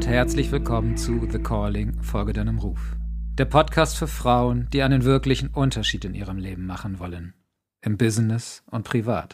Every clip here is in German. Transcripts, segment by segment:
und herzlich willkommen zu The Calling, Folge deinem Ruf. Der Podcast für Frauen, die einen wirklichen Unterschied in ihrem Leben machen wollen. Im Business und privat.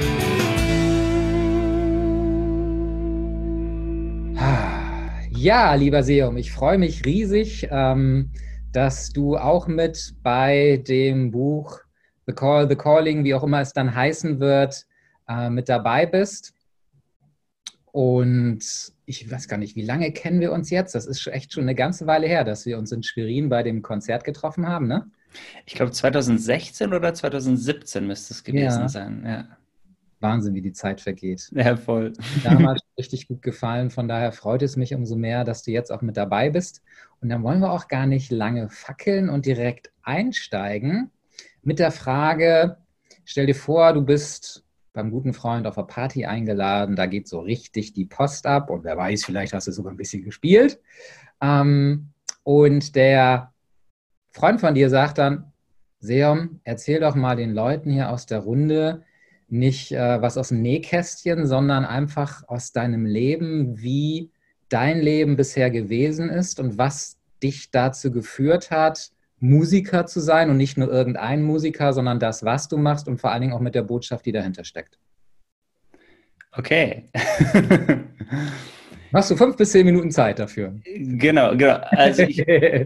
Ja, lieber Seum, ich freue mich riesig, dass du auch mit bei dem Buch The Call, The Calling, wie auch immer es dann heißen wird, mit dabei bist. Und ich weiß gar nicht, wie lange kennen wir uns jetzt? Das ist echt schon eine ganze Weile her, dass wir uns in Schwerin bei dem Konzert getroffen haben, ne? Ich glaube 2016 oder 2017 müsste es gewesen sein. Ja. Wahnsinn, wie die Zeit vergeht. Ja, voll. Damals richtig gut gefallen. Von daher freut es mich umso mehr, dass du jetzt auch mit dabei bist. Und dann wollen wir auch gar nicht lange fackeln und direkt einsteigen mit der Frage, stell dir vor, du bist beim guten Freund auf einer Party eingeladen, da geht so richtig die Post ab und wer weiß, vielleicht hast du sogar ein bisschen gespielt. Und der Freund von dir sagt dann, Seom, erzähl doch mal den Leuten hier aus der Runde, nicht was aus dem Nähkästchen, sondern einfach aus deinem Leben, wie dein Leben bisher gewesen ist und was dich dazu geführt hat, Musiker zu sein und nicht nur irgendein Musiker, sondern das, was du machst und vor allen Dingen auch mit der Botschaft, die dahinter steckt. Okay. Hast du 5 bis 10 Minuten Zeit dafür? Genau. Also ich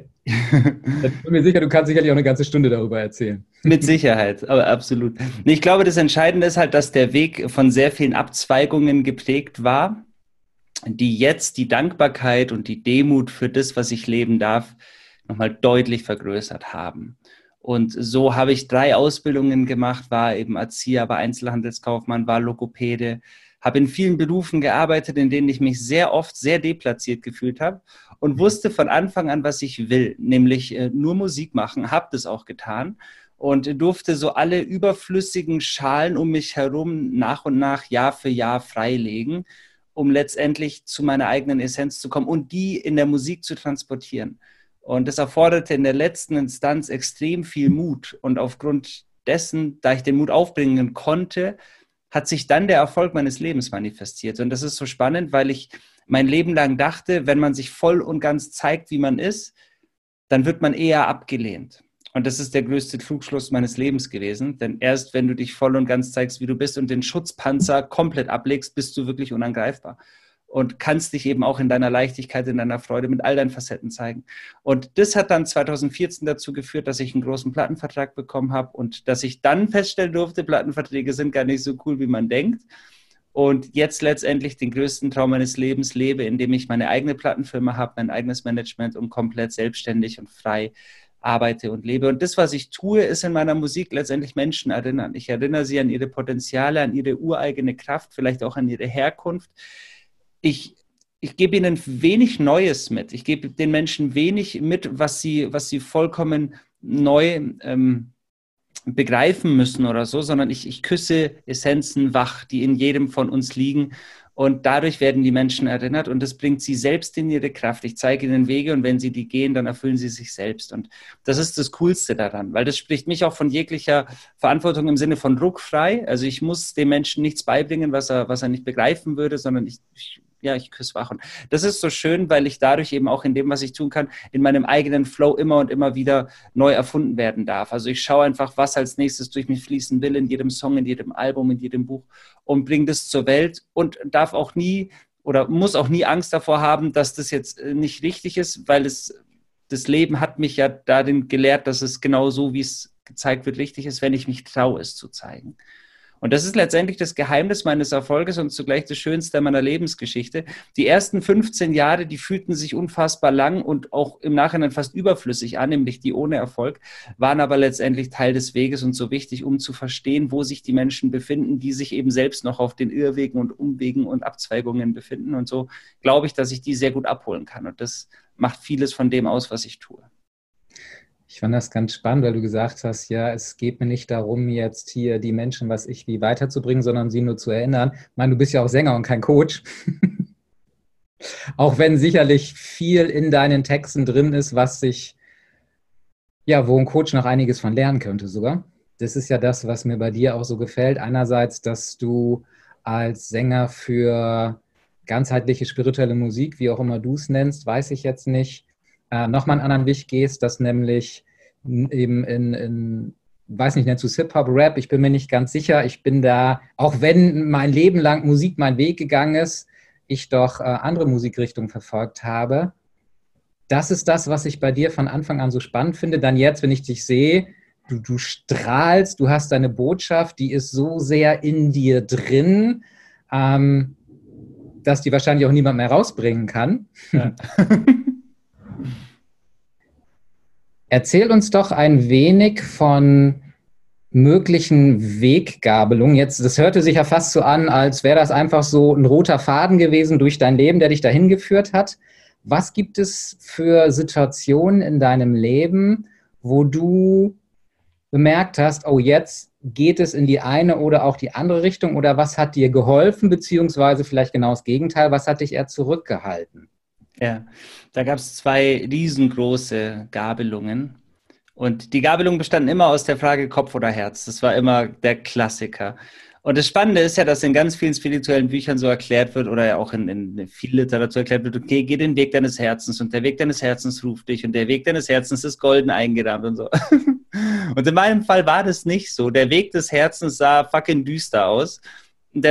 bin mir sicher, du kannst sicherlich auch eine ganze Stunde darüber erzählen. Mit Sicherheit, aber absolut. Ich glaube, das Entscheidende ist halt, dass der Weg von sehr vielen Abzweigungen geprägt war, die jetzt die Dankbarkeit und die Demut für das, was ich leben darf, nochmal deutlich vergrößert haben. Und so habe ich 3 Ausbildungen gemacht, war eben Erzieher, war Einzelhandelskaufmann, war Logopäde, habe in vielen Berufen gearbeitet, in denen ich mich sehr oft sehr deplatziert gefühlt habe und wusste von Anfang an, was ich will, nämlich nur Musik machen, habe das auch getan und durfte so alle überflüssigen Schalen um mich herum nach und nach Jahr für Jahr freilegen, um letztendlich zu meiner eigenen Essenz zu kommen und die in der Musik zu transportieren. Und das erforderte in der letzten Instanz extrem viel Mut. Und aufgrund dessen, da ich den Mut aufbringen konnte, hat sich dann der Erfolg meines Lebens manifestiert. Und das ist so spannend, weil ich mein Leben lang dachte, wenn man sich voll und ganz zeigt, wie man ist, dann wird man eher abgelehnt. Und das ist der größte Trugschluss meines Lebens gewesen. Denn erst wenn du dich voll und ganz zeigst, wie du bist und den Schutzpanzer komplett ablegst, bist du wirklich unangreifbar. Und kannst dich eben auch in deiner Leichtigkeit, in deiner Freude mit all deinen Facetten zeigen. Und das hat dann 2014 dazu geführt, dass ich einen großen Plattenvertrag bekommen habe und dass ich dann feststellen durfte, Plattenverträge sind gar nicht so cool, wie man denkt. Und jetzt letztendlich den größten Traum meines Lebens lebe, indem ich meine eigene Plattenfirma habe, mein eigenes Management und komplett selbstständig und frei arbeite und lebe. Und das, was ich tue, ist in meiner Musik letztendlich Menschen erinnern. Ich erinnere sie an ihre Potenziale, an ihre ureigene Kraft, vielleicht auch an ihre Herkunft. Ich gebe ihnen wenig Neues mit. Ich gebe den Menschen wenig mit, was sie vollkommen neu begreifen müssen oder so, sondern ich küsse Essenzen wach, die in jedem von uns liegen. Und dadurch werden die Menschen erinnert und das bringt sie selbst in ihre Kraft. Ich zeige ihnen Wege und wenn sie die gehen, dann erfüllen sie sich selbst. Und das ist das Coolste daran, weil das spricht mich auch von jeglicher Verantwortung im Sinne von Druck frei. Also ich muss dem Menschen nichts beibringen, was er nicht begreifen würde, sondern ich küsse wach. Und das ist so schön, weil ich dadurch eben auch in dem, was ich tun kann, in meinem eigenen Flow immer und immer wieder neu erfunden werden darf. Also ich schaue einfach, was als nächstes durch mich fließen will, in jedem Song, in jedem Album, in jedem Buch und bringe das zur Welt und darf auch nie oder muss auch nie Angst davor haben, dass das jetzt nicht richtig ist, weil das Leben hat mich ja darin gelehrt, dass es genau so, wie es gezeigt wird, richtig ist, wenn ich mich traue, es zu zeigen. Und das ist letztendlich das Geheimnis meines Erfolges und zugleich das Schönste meiner Lebensgeschichte. Die ersten 15 Jahre, die fühlten sich unfassbar lang und auch im Nachhinein fast überflüssig an, nämlich die ohne Erfolg, waren aber letztendlich Teil des Weges und so wichtig, um zu verstehen, wo sich die Menschen befinden, die sich eben selbst noch auf den Irrwegen und Umwegen und Abzweigungen befinden. Und so glaube ich, dass ich die sehr gut abholen kann. Und das macht vieles von dem aus, was ich tue. Ich fand das ganz spannend, weil du gesagt hast, ja, es geht mir nicht darum, jetzt hier die Menschen, was ich wie weiterzubringen, sondern sie nur zu erinnern. Ich meine, du bist ja auch Sänger und kein Coach. Auch wenn sicherlich viel in deinen Texten drin ist, was sich, ja, wo ein Coach noch einiges von lernen könnte sogar. Das ist ja das, was mir bei dir auch so gefällt. Einerseits, dass du als Sänger für ganzheitliche spirituelle Musik, wie auch immer du es nennst, weiß ich jetzt nicht, nochmal einen anderen Weg gehst, dass nämlich eben weiß nicht, nennst du es Hip-Hop, Rap, ich bin mir nicht ganz sicher, ich bin da, auch wenn mein Leben lang Musik mein Weg gegangen ist, ich doch andere Musikrichtungen verfolgt habe. Das ist das, was ich bei dir von Anfang an so spannend finde. Dann jetzt, wenn ich dich sehe, du strahlst, du hast deine Botschaft, die ist so sehr in dir drin, dass die wahrscheinlich auch niemand mehr rausbringen kann. Ja. Erzähl uns doch ein wenig von möglichen Weggabelungen. Jetzt, das hörte sich ja fast so an, als wäre das einfach so ein roter Faden gewesen durch dein Leben, der dich dahin geführt hat. Was gibt es für Situationen in deinem Leben, wo du bemerkt hast, oh, jetzt geht es in die eine oder auch die andere Richtung? Oder was hat dir geholfen, beziehungsweise vielleicht genau das Gegenteil, was hat dich eher zurückgehalten? Ja, da gab es 2 riesengroße Gabelungen. Und die Gabelungen bestanden immer aus der Frage Kopf oder Herz. Das war immer der Klassiker. Und das Spannende ist ja, dass in ganz vielen spirituellen Büchern so erklärt wird oder ja auch in viel Literatur erklärt wird, okay, geh den Weg deines Herzens und der Weg deines Herzens ruft dich und der Weg deines Herzens ist golden eingerahmt und so. Und in meinem Fall war das nicht so. Der Weg des Herzens sah fucking düster aus. Der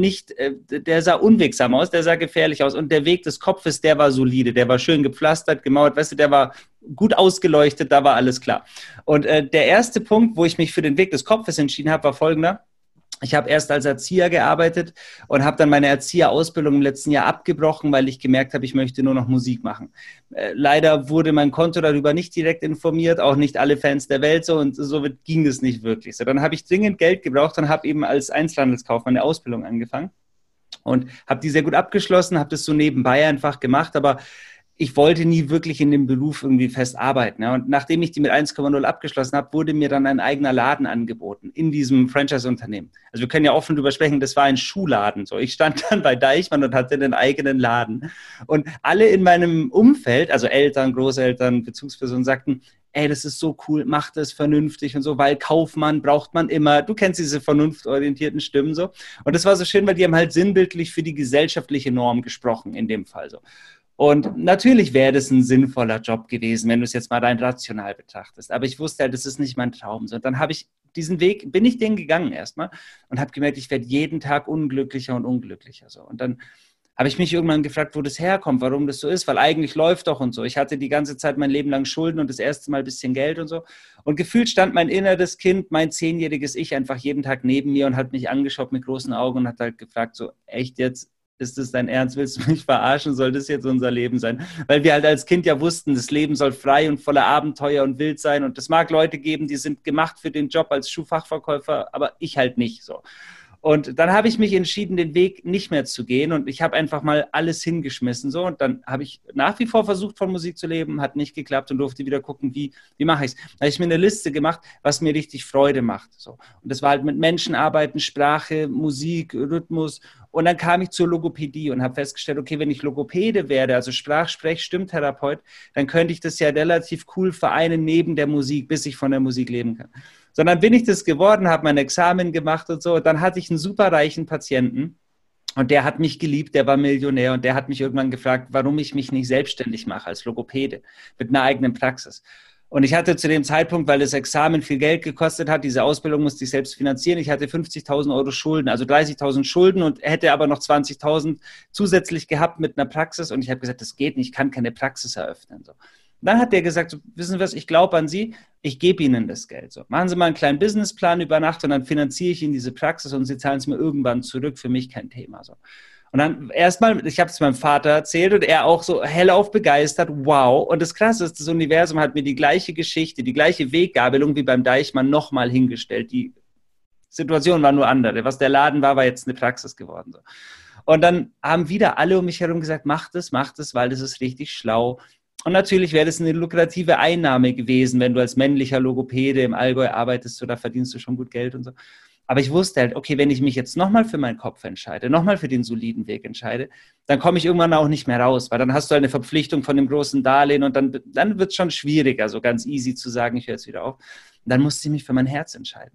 sah unwegsam aus, der sah gefährlich aus. Und der Weg des Kopfes, der war solide, der war schön gepflastert, gemauert, weißt du, der war gut ausgeleuchtet, da war alles klar. Und der erste Punkt, wo ich mich für den Weg des Kopfes entschieden habe, war folgender. Ich habe erst als Erzieher gearbeitet und habe dann meine Erzieherausbildung im letzten Jahr abgebrochen, weil ich gemerkt habe, ich möchte nur noch Musik machen. Leider wurde mein Konto darüber nicht direkt informiert, auch nicht alle Fans der Welt so und so ging das nicht wirklich. So, dann habe ich dringend Geld gebraucht und habe eben als Einzelhandelskaufmann eine Ausbildung angefangen und habe die sehr gut abgeschlossen, habe das so nebenbei einfach gemacht, aber ich wollte nie wirklich in dem Beruf irgendwie fest arbeiten. Ja. Und nachdem ich die mit 1,0 abgeschlossen habe, wurde mir dann ein eigener Laden angeboten in diesem Franchise-Unternehmen. Also wir können ja offen drüber sprechen, das war ein Schuhladen. So, ich stand dann bei Deichmann und hatte den eigenen Laden. Und alle in meinem Umfeld, also Eltern, Großeltern, Bezugspersonen, sagten, ey, das ist so cool, mach das vernünftig und so, weil Kaufmann braucht man immer. Du kennst diese vernunftorientierten Stimmen so. Und das war so schön, weil die haben halt sinnbildlich für die gesellschaftliche Norm gesprochen in dem Fall so. Und natürlich wäre das ein sinnvoller Job gewesen, wenn du es jetzt mal rein rational betrachtest. Aber ich wusste halt, das ist nicht mein Traum. So, dann habe ich diesen Weg, bin ich den gegangen erstmal und habe gemerkt, ich werde jeden Tag unglücklicher und unglücklicher. So. Und dann habe ich mich irgendwann gefragt, wo das herkommt, warum das so ist, weil eigentlich läuft doch und so. Ich hatte die ganze Zeit mein Leben lang Schulden und das erste Mal ein bisschen Geld und so. Und gefühlt stand mein inneres Kind, mein 10-jähriges Ich einfach jeden Tag neben mir und hat mich angeschaut mit großen Augen und hat halt gefragt, so echt jetzt? Ist das dein Ernst? Willst du mich verarschen? Soll das jetzt unser Leben sein? Weil wir halt als Kind ja wussten, das Leben soll frei und voller Abenteuer und wild sein. Und es mag Leute geben, die sind gemacht für den Job als Schuhfachverkäufer, aber ich halt nicht so. Und dann habe ich mich entschieden, den Weg nicht mehr zu gehen und ich habe einfach mal alles hingeschmissen. So. Und dann habe ich nach wie vor versucht, von Musik zu leben, hat nicht geklappt und durfte wieder gucken, wie mache ich es. Da habe ich mir eine Liste gemacht, was mir richtig Freude macht. So. Und das war halt mit Menschen arbeiten, Sprache, Musik, Rhythmus. Und dann kam ich zur Logopädie und habe festgestellt, okay, wenn ich Logopäde werde, also Sprech-Stimmtherapeut, dann könnte ich das ja relativ cool vereinen neben der Musik, bis ich von der Musik leben kann. Sondern bin ich das geworden, habe mein Examen gemacht und so. Und dann hatte ich einen super reichen Patienten und der hat mich geliebt, der war Millionär und der hat mich irgendwann gefragt, warum ich mich nicht selbstständig mache als Logopäde mit einer eigenen Praxis. Und ich hatte zu dem Zeitpunkt, weil das Examen viel Geld gekostet hat, diese Ausbildung musste ich selbst finanzieren, ich hatte 50.000 Euro Schulden, also 30.000 Schulden und hätte aber noch 20.000 zusätzlich gehabt mit einer Praxis. Und ich habe gesagt, das geht nicht, ich kann keine Praxis eröffnen. So. Dann hat der gesagt, so, wissen Sie was, ich glaube an Sie, ich gebe Ihnen das Geld. So, machen Sie mal einen kleinen Businessplan über Nacht und dann finanziere ich Ihnen diese Praxis und Sie zahlen es mir irgendwann zurück, für mich kein Thema. So. Und dann erstmal, ich habe es meinem Vater erzählt und er auch so hellauf begeistert, wow. Und das Krasse ist, das Universum hat mir die gleiche Geschichte, die gleiche Weggabelung wie beim Deichmann nochmal hingestellt. Die Situation war nur andere. Was der Laden war, war jetzt eine Praxis geworden. So. Und dann haben wieder alle um mich herum gesagt, mach das, weil das ist richtig schlau. Und natürlich wäre das eine lukrative Einnahme gewesen, wenn du als männlicher Logopäde im Allgäu arbeitest, so, da verdienst du schon gut Geld und so. Aber ich wusste halt, okay, wenn ich mich jetzt nochmal für meinen Kopf entscheide, nochmal für den soliden Weg entscheide, dann komme ich irgendwann auch nicht mehr raus, weil dann hast du eine Verpflichtung von dem großen Darlehen und dann wird es schon schwierig, also ganz easy zu sagen, ich höre jetzt wieder auf. Und dann musste ich mich für mein Herz entscheiden.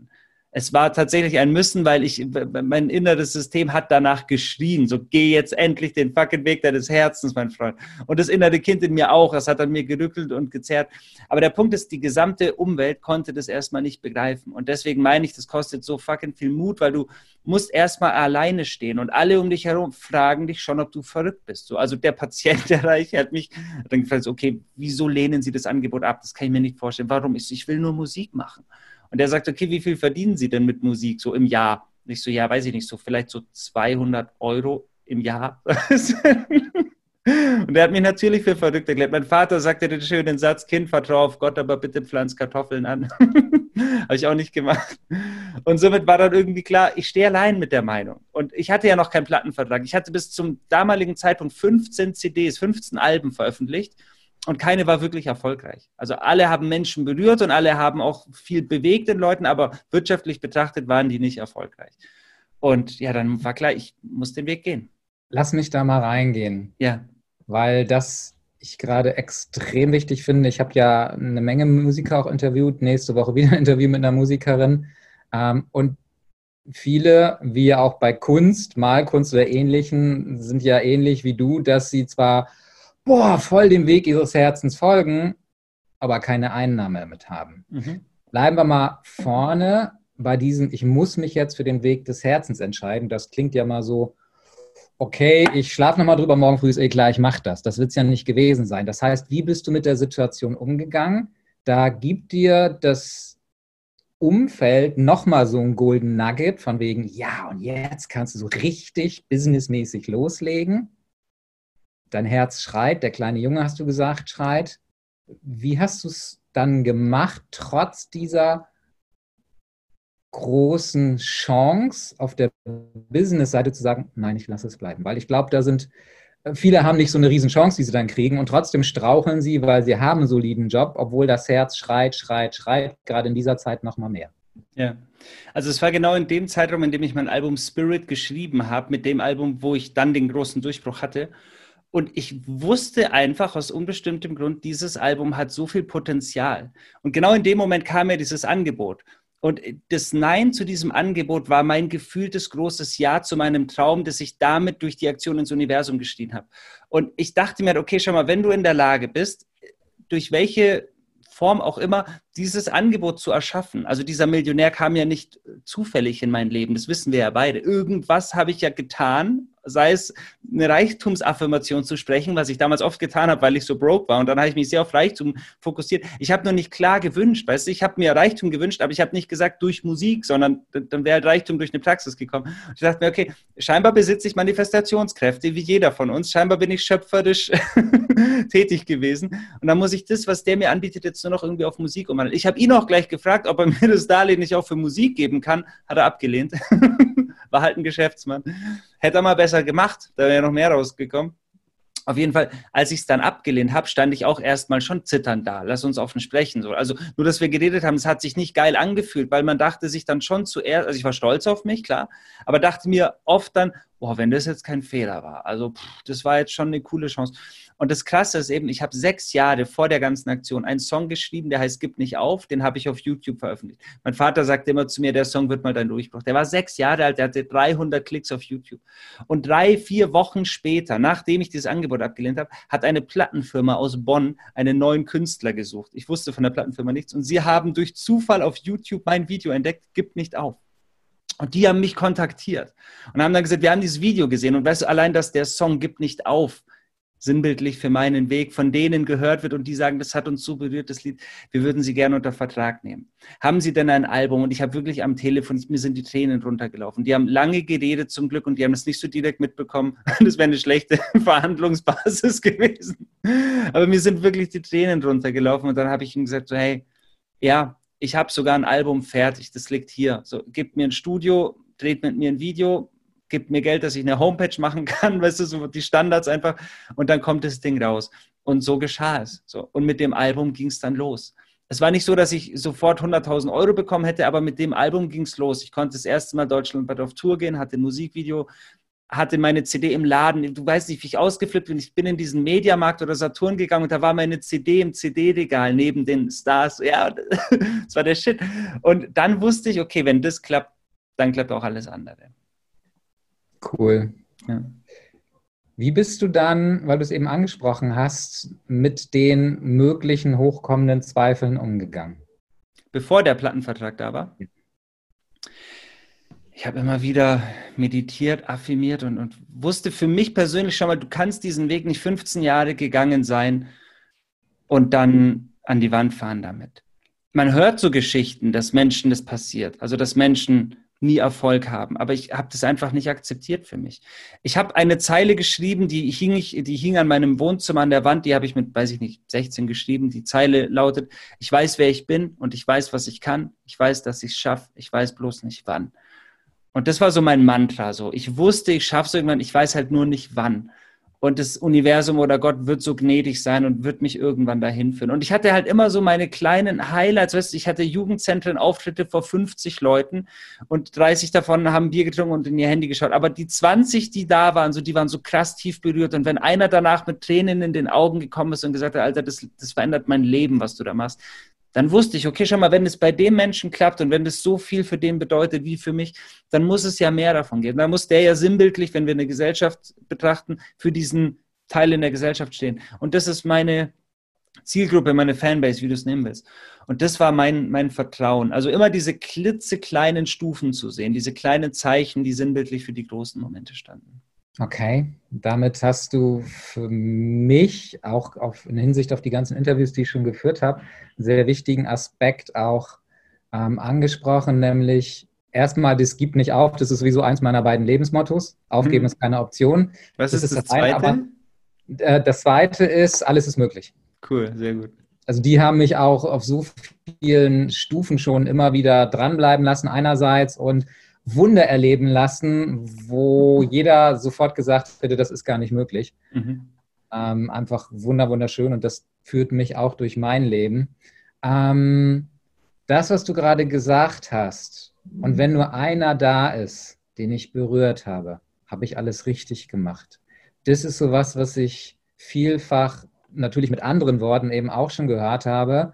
Es war tatsächlich ein Müssen, weil mein inneres System hat danach geschrien, so geh jetzt endlich den fucking Weg deines Herzens, mein Freund. Und das innere Kind in mir auch, das hat an mir gerückelt und gezerrt. Aber der Punkt ist, die gesamte Umwelt konnte das erstmal nicht begreifen. Und deswegen meine ich, das kostet so fucking viel Mut, weil du musst erstmal alleine stehen und alle um dich herum fragen dich schon, ob du verrückt bist. So, also der Patient, der Reiche, hat dann gefragt, okay, wieso lehnen Sie das Angebot ab? Das kann ich mir nicht vorstellen. Warum? Ich will nur Musik machen. Und er sagt, okay, wie viel verdienen Sie denn mit Musik so im Jahr? Und ich so, ja, weiß ich nicht, so vielleicht so 200 € im Jahr. Und er hat mich natürlich für verrückt erklärt. Mein Vater sagte den schönen Satz, Kind, vertrau auf Gott, aber bitte pflanz Kartoffeln an. Habe ich auch nicht gemacht. Und somit war dann irgendwie klar, ich stehe allein mit der Meinung. Und ich hatte ja noch keinen Plattenvertrag. Ich hatte bis zum damaligen Zeitpunkt 15 CDs, 15 Alben veröffentlicht. Und keine war wirklich erfolgreich. Also alle haben Menschen berührt und alle haben auch viel bewegt den Leuten, aber wirtschaftlich betrachtet waren die nicht erfolgreich. Und ja, dann war klar, ich muss den Weg gehen. Lass mich da mal reingehen. Ja. Weil das ich gerade extrem wichtig finde. Ich habe ja eine Menge Musiker auch interviewt, nächste Woche wieder ein Interview mit einer Musikerin. Und viele, wie auch bei Kunst, Malkunst oder Ähnlichen, sind ja ähnlich wie du, dass sie zwar voll dem Weg ihres Herzens folgen, aber keine Einnahme damit haben. Mhm. Bleiben wir mal vorne bei diesem, ich muss mich jetzt für den Weg des Herzens entscheiden. Das klingt ja mal so, okay, ich schlafe nochmal drüber, morgen früh ist klar, ich mache das. Das wird es ja nicht gewesen sein. Das heißt, wie bist du mit der Situation umgegangen? Da gibt dir das Umfeld nochmal so ein Golden Nugget von wegen, ja, und jetzt kannst du so richtig businessmäßig loslegen. Dein Herz schreit, der kleine Junge, hast du gesagt, schreit. Wie hast du es dann gemacht, trotz dieser großen Chance auf der Business-Seite zu sagen, nein, ich lasse es bleiben? Weil ich glaube, viele haben nicht so eine riesen Chance, die sie dann kriegen und trotzdem straucheln sie, weil sie haben einen soliden Job, obwohl das Herz schreit, gerade in dieser Zeit noch mal mehr. Ja, also es war genau in dem Zeitraum, in dem ich mein Album Spirit geschrieben habe, mit dem Album, wo ich dann den großen Durchbruch hatte. Und ich wusste einfach aus unbestimmtem Grund, dieses Album hat so viel Potenzial. Und genau in dem Moment kam mir dieses Angebot. Und das Nein zu diesem Angebot war mein gefühltes großes Ja zu meinem Traum, das ich damit durch die Aktion ins Universum geschrien habe. Und ich dachte mir, okay, schau mal, wenn du in der Lage bist, durch welche Form auch immer, dieses Angebot zu erschaffen. Also dieser Millionär kam ja nicht zufällig in mein Leben, das wissen wir ja beide. Irgendwas habe ich ja getan, sei es eine Reichtumsaffirmation zu sprechen, was ich damals oft getan habe, weil ich so broke war. Und dann habe ich mich sehr auf Reichtum fokussiert. Ich habe nur nicht klar gewünscht, weißt du, ich habe mir Reichtum gewünscht, aber ich habe nicht gesagt durch Musik, sondern dann wäre halt Reichtum durch eine Praxis gekommen. Und ich dachte mir, okay, scheinbar besitze ich Manifestationskräfte, wie jeder von uns. Scheinbar bin ich schöpferisch tätig gewesen. Und dann muss ich das, was der mir anbietet, jetzt nur noch irgendwie auf Musik umwandeln. Ich habe ihn auch gleich gefragt, ob er mir das Darlehen nicht auch für Musik geben kann. Hat er abgelehnt. War halt ein Geschäftsmann. Hätte er mal besser gemacht, da wäre noch mehr rausgekommen. Auf jeden Fall, als ich es dann abgelehnt habe, stand ich auch erstmal schon zitternd da. Lass uns offen sprechen. So. Also nur, dass wir geredet haben, es hat sich nicht geil angefühlt, weil man dachte sich dann schon zuerst, also ich war stolz auf mich, klar, aber dachte mir oft dann, wenn das jetzt kein Fehler war. Also das war jetzt schon eine coole Chance. Und das Krasse ist eben, ich habe 6 Jahre vor der ganzen Aktion einen Song geschrieben, der heißt Gib nicht auf, den habe ich auf YouTube veröffentlicht. Mein Vater sagte immer zu mir, der Song wird mal dein Durchbruch. Der war 6 Jahre alt, der hatte 300 Klicks auf YouTube. Und 3-4 Wochen später, nachdem ich dieses Angebot abgelehnt habe, hat eine Plattenfirma aus Bonn einen neuen Künstler gesucht. Ich wusste von der Plattenfirma nichts und sie haben durch Zufall auf YouTube mein Video entdeckt, Gib nicht auf. Und die haben mich kontaktiert und haben dann gesagt, wir haben dieses Video gesehen und weißt du, allein, dass der Song Gib nicht auf sinnbildlich für meinen Weg von denen gehört wird und die sagen, das hat uns so berührt, das Lied, wir würden sie gerne unter Vertrag nehmen. Haben sie denn ein Album? Und ich habe wirklich am Telefon, mir sind die Tränen runtergelaufen. Die haben lange geredet zum Glück und die haben das nicht so direkt mitbekommen. Das wäre eine schlechte Verhandlungsbasis gewesen. Aber mir sind wirklich die Tränen runtergelaufen und dann habe ich ihnen gesagt, so hey, ja, ich habe sogar ein Album fertig, das liegt hier. So, gebt mir ein Studio, dreht mit mir ein Video, gibt mir Geld, dass ich eine Homepage machen kann, weißt du, so die Standards einfach. Und dann kommt das Ding raus. Und so geschah es. So. Und mit dem Album ging es dann los. Es war nicht so, dass ich sofort 100.000 € bekommen hätte, aber mit dem Album ging es los. Ich konnte das erste Mal deutschlandweit auf Tour gehen, hatte ein Musikvideo, hatte meine CD im Laden. Du weißt nicht, wie ich ausgeflippt bin. Ich bin in diesen Mediamarkt oder Saturn gegangen und da war meine CD im CD-Regal neben den Stars. Ja, das war der Shit. Und dann wusste ich, okay, wenn das klappt, dann klappt auch alles andere. Cool. Ja. Wie bist du dann, weil du es eben angesprochen hast, mit den möglichen hochkommenden Zweifeln umgegangen? Bevor der Plattenvertrag da war? Ich habe immer wieder meditiert, affirmiert und wusste für mich persönlich schon mal, du kannst diesen Weg nicht 15 Jahre gegangen sein und dann an die Wand fahren damit. Man hört so Geschichten, dass Menschen das passiert, also dass Menschen nie Erfolg haben, aber ich habe das einfach nicht akzeptiert für mich. Ich habe eine Zeile geschrieben, die hing an meinem Wohnzimmer an der Wand, die habe ich mit, weiß ich nicht, 16 geschrieben. Die Zeile lautet: Ich weiß, wer ich bin und ich weiß, was ich kann. Ich weiß, dass ich es schaffe. Ich weiß bloß nicht wann. Und das war so mein Mantra. So. Ich wusste, ich schaffe es irgendwann, ich weiß halt nur nicht wann. Und das Universum oder Gott wird so gnädig sein und wird mich irgendwann dahin führen. Und ich hatte halt immer so meine kleinen Highlights. Weißt du, ich hatte Jugendzentren-Auftritte vor 50 Leuten und 30 davon haben Bier getrunken und in ihr Handy geschaut. Aber die 20, die da waren, die waren so krass tief berührt. Und wenn einer danach mit Tränen in den Augen gekommen ist und gesagt hat, Alter, das verändert mein Leben, was du da machst, dann wusste ich, okay, schau mal, wenn es bei dem Menschen klappt und wenn das so viel für den bedeutet wie für mich, dann muss es ja mehr davon geben. Dann muss der ja sinnbildlich, wenn wir eine Gesellschaft betrachten, für diesen Teil in der Gesellschaft stehen. Und das ist meine Zielgruppe, meine Fanbase, wie du es nehmen willst. Und das war mein Vertrauen. Also immer diese klitzekleinen Stufen zu sehen, diese kleinen Zeichen, die sinnbildlich für die großen Momente standen. Okay, damit hast du für mich auch in Hinsicht auf die ganzen Interviews, die ich schon geführt habe, einen sehr wichtigen Aspekt auch angesprochen, nämlich erstmal, das gibt nicht auf, das ist sowieso eins meiner beiden Lebensmottos. Aufgeben ist keine Option. Was ist das Zweite? Aber das Zweite ist, alles ist möglich. Cool, sehr gut. Also die haben mich auch auf so vielen Stufen schon immer wieder dranbleiben lassen einerseits und Wunder erleben lassen, wo jeder sofort gesagt hätte, das ist gar nicht möglich. Mhm. Einfach wunderschön und das führt mich auch durch mein Leben. Das, was du gerade gesagt hast, und wenn nur einer da ist, den ich berührt habe, habe ich alles richtig gemacht. Das ist sowas, was ich vielfach natürlich mit anderen Worten eben auch schon gehört habe.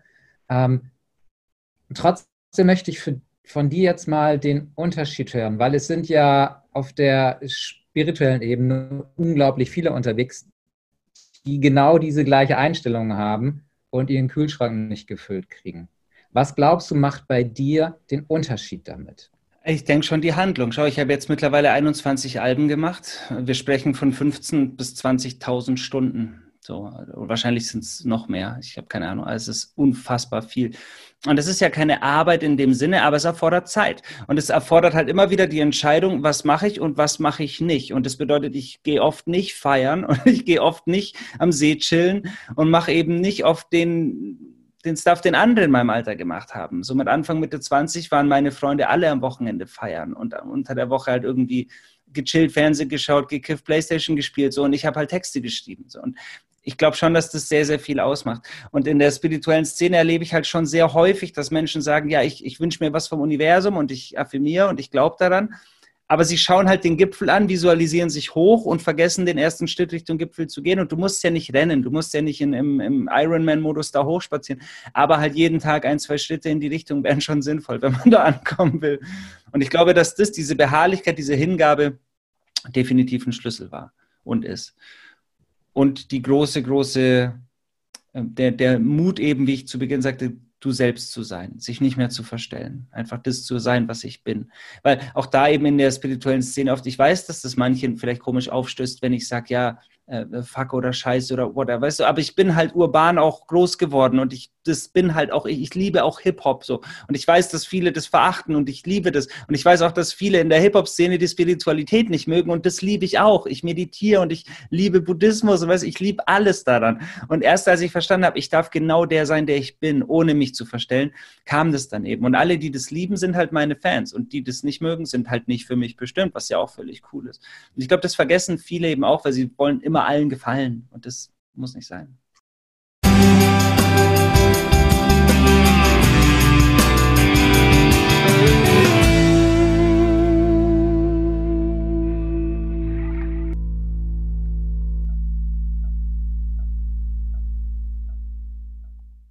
Trotzdem möchte ich von dir jetzt mal den Unterschied hören, weil es sind ja auf der spirituellen Ebene unglaublich viele unterwegs, die genau diese gleiche Einstellung haben und ihren Kühlschrank nicht gefüllt kriegen. Was glaubst du, macht bei dir den Unterschied damit? Ich denke schon die Handlung. Schau, ich habe jetzt mittlerweile 21 Alben gemacht. Wir sprechen von 15.000 bis 20.000 Stunden. So, wahrscheinlich sind es noch mehr. Ich habe keine Ahnung. Also es ist unfassbar viel. Und das ist ja keine Arbeit in dem Sinne, aber es erfordert Zeit. Und es erfordert halt immer wieder die Entscheidung, was mache ich und was mache ich nicht. Und das bedeutet, ich gehe oft nicht feiern und ich gehe oft nicht am See chillen und mache eben nicht oft den Stuff, den andere in meinem Alter gemacht haben. So mit Anfang, Mitte 20 waren meine Freunde alle am Wochenende feiern und unter der Woche halt irgendwie gechillt, Fernsehen geschaut, gekifft, Playstation gespielt, so, und ich habe halt Texte geschrieben, so. Und ich glaube schon, dass das sehr, sehr viel ausmacht. Und in der spirituellen Szene erlebe ich halt schon sehr häufig, dass Menschen sagen, ja, ich wünsche mir was vom Universum und ich affirmiere und ich glaube daran. Aber sie schauen halt den Gipfel an, visualisieren sich hoch und vergessen, den ersten Schritt Richtung Gipfel zu gehen. Und du musst ja nicht rennen, du musst ja nicht im Ironman-Modus da hochspazieren. Aber halt jeden Tag 1-2 Schritte in die Richtung wären schon sinnvoll, wenn man da ankommen will. Und ich glaube, dass diese Beharrlichkeit, diese Hingabe definitiv ein Schlüssel war und ist. Und die der Mut eben, wie ich zu Beginn sagte, du selbst zu sein, sich nicht mehr zu verstellen, einfach das zu sein, was ich bin. Weil auch da eben in der spirituellen Szene oft, ich weiß, dass das manchen vielleicht komisch aufstößt, wenn ich sage, ja, fuck oder Scheiße oder whatever, weißt du, aber ich bin halt urban auch groß geworden und ich liebe auch Hip-Hop so. Und ich weiß, dass viele das verachten und ich liebe das. Und ich weiß auch, dass viele in der Hip-Hop-Szene die Spiritualität nicht mögen und das liebe ich auch. Ich meditiere und ich liebe Buddhismus und ich liebe alles daran. Und erst als ich verstanden habe, ich darf genau der sein, der ich bin, ohne mich zu verstellen, kam das dann eben. Und alle, die das lieben, sind halt meine Fans und die das nicht mögen, sind halt nicht für mich bestimmt, was ja auch völlig cool ist. Und ich glaube, das vergessen viele eben auch, weil sie wollen immer allen gefallen und das muss nicht sein.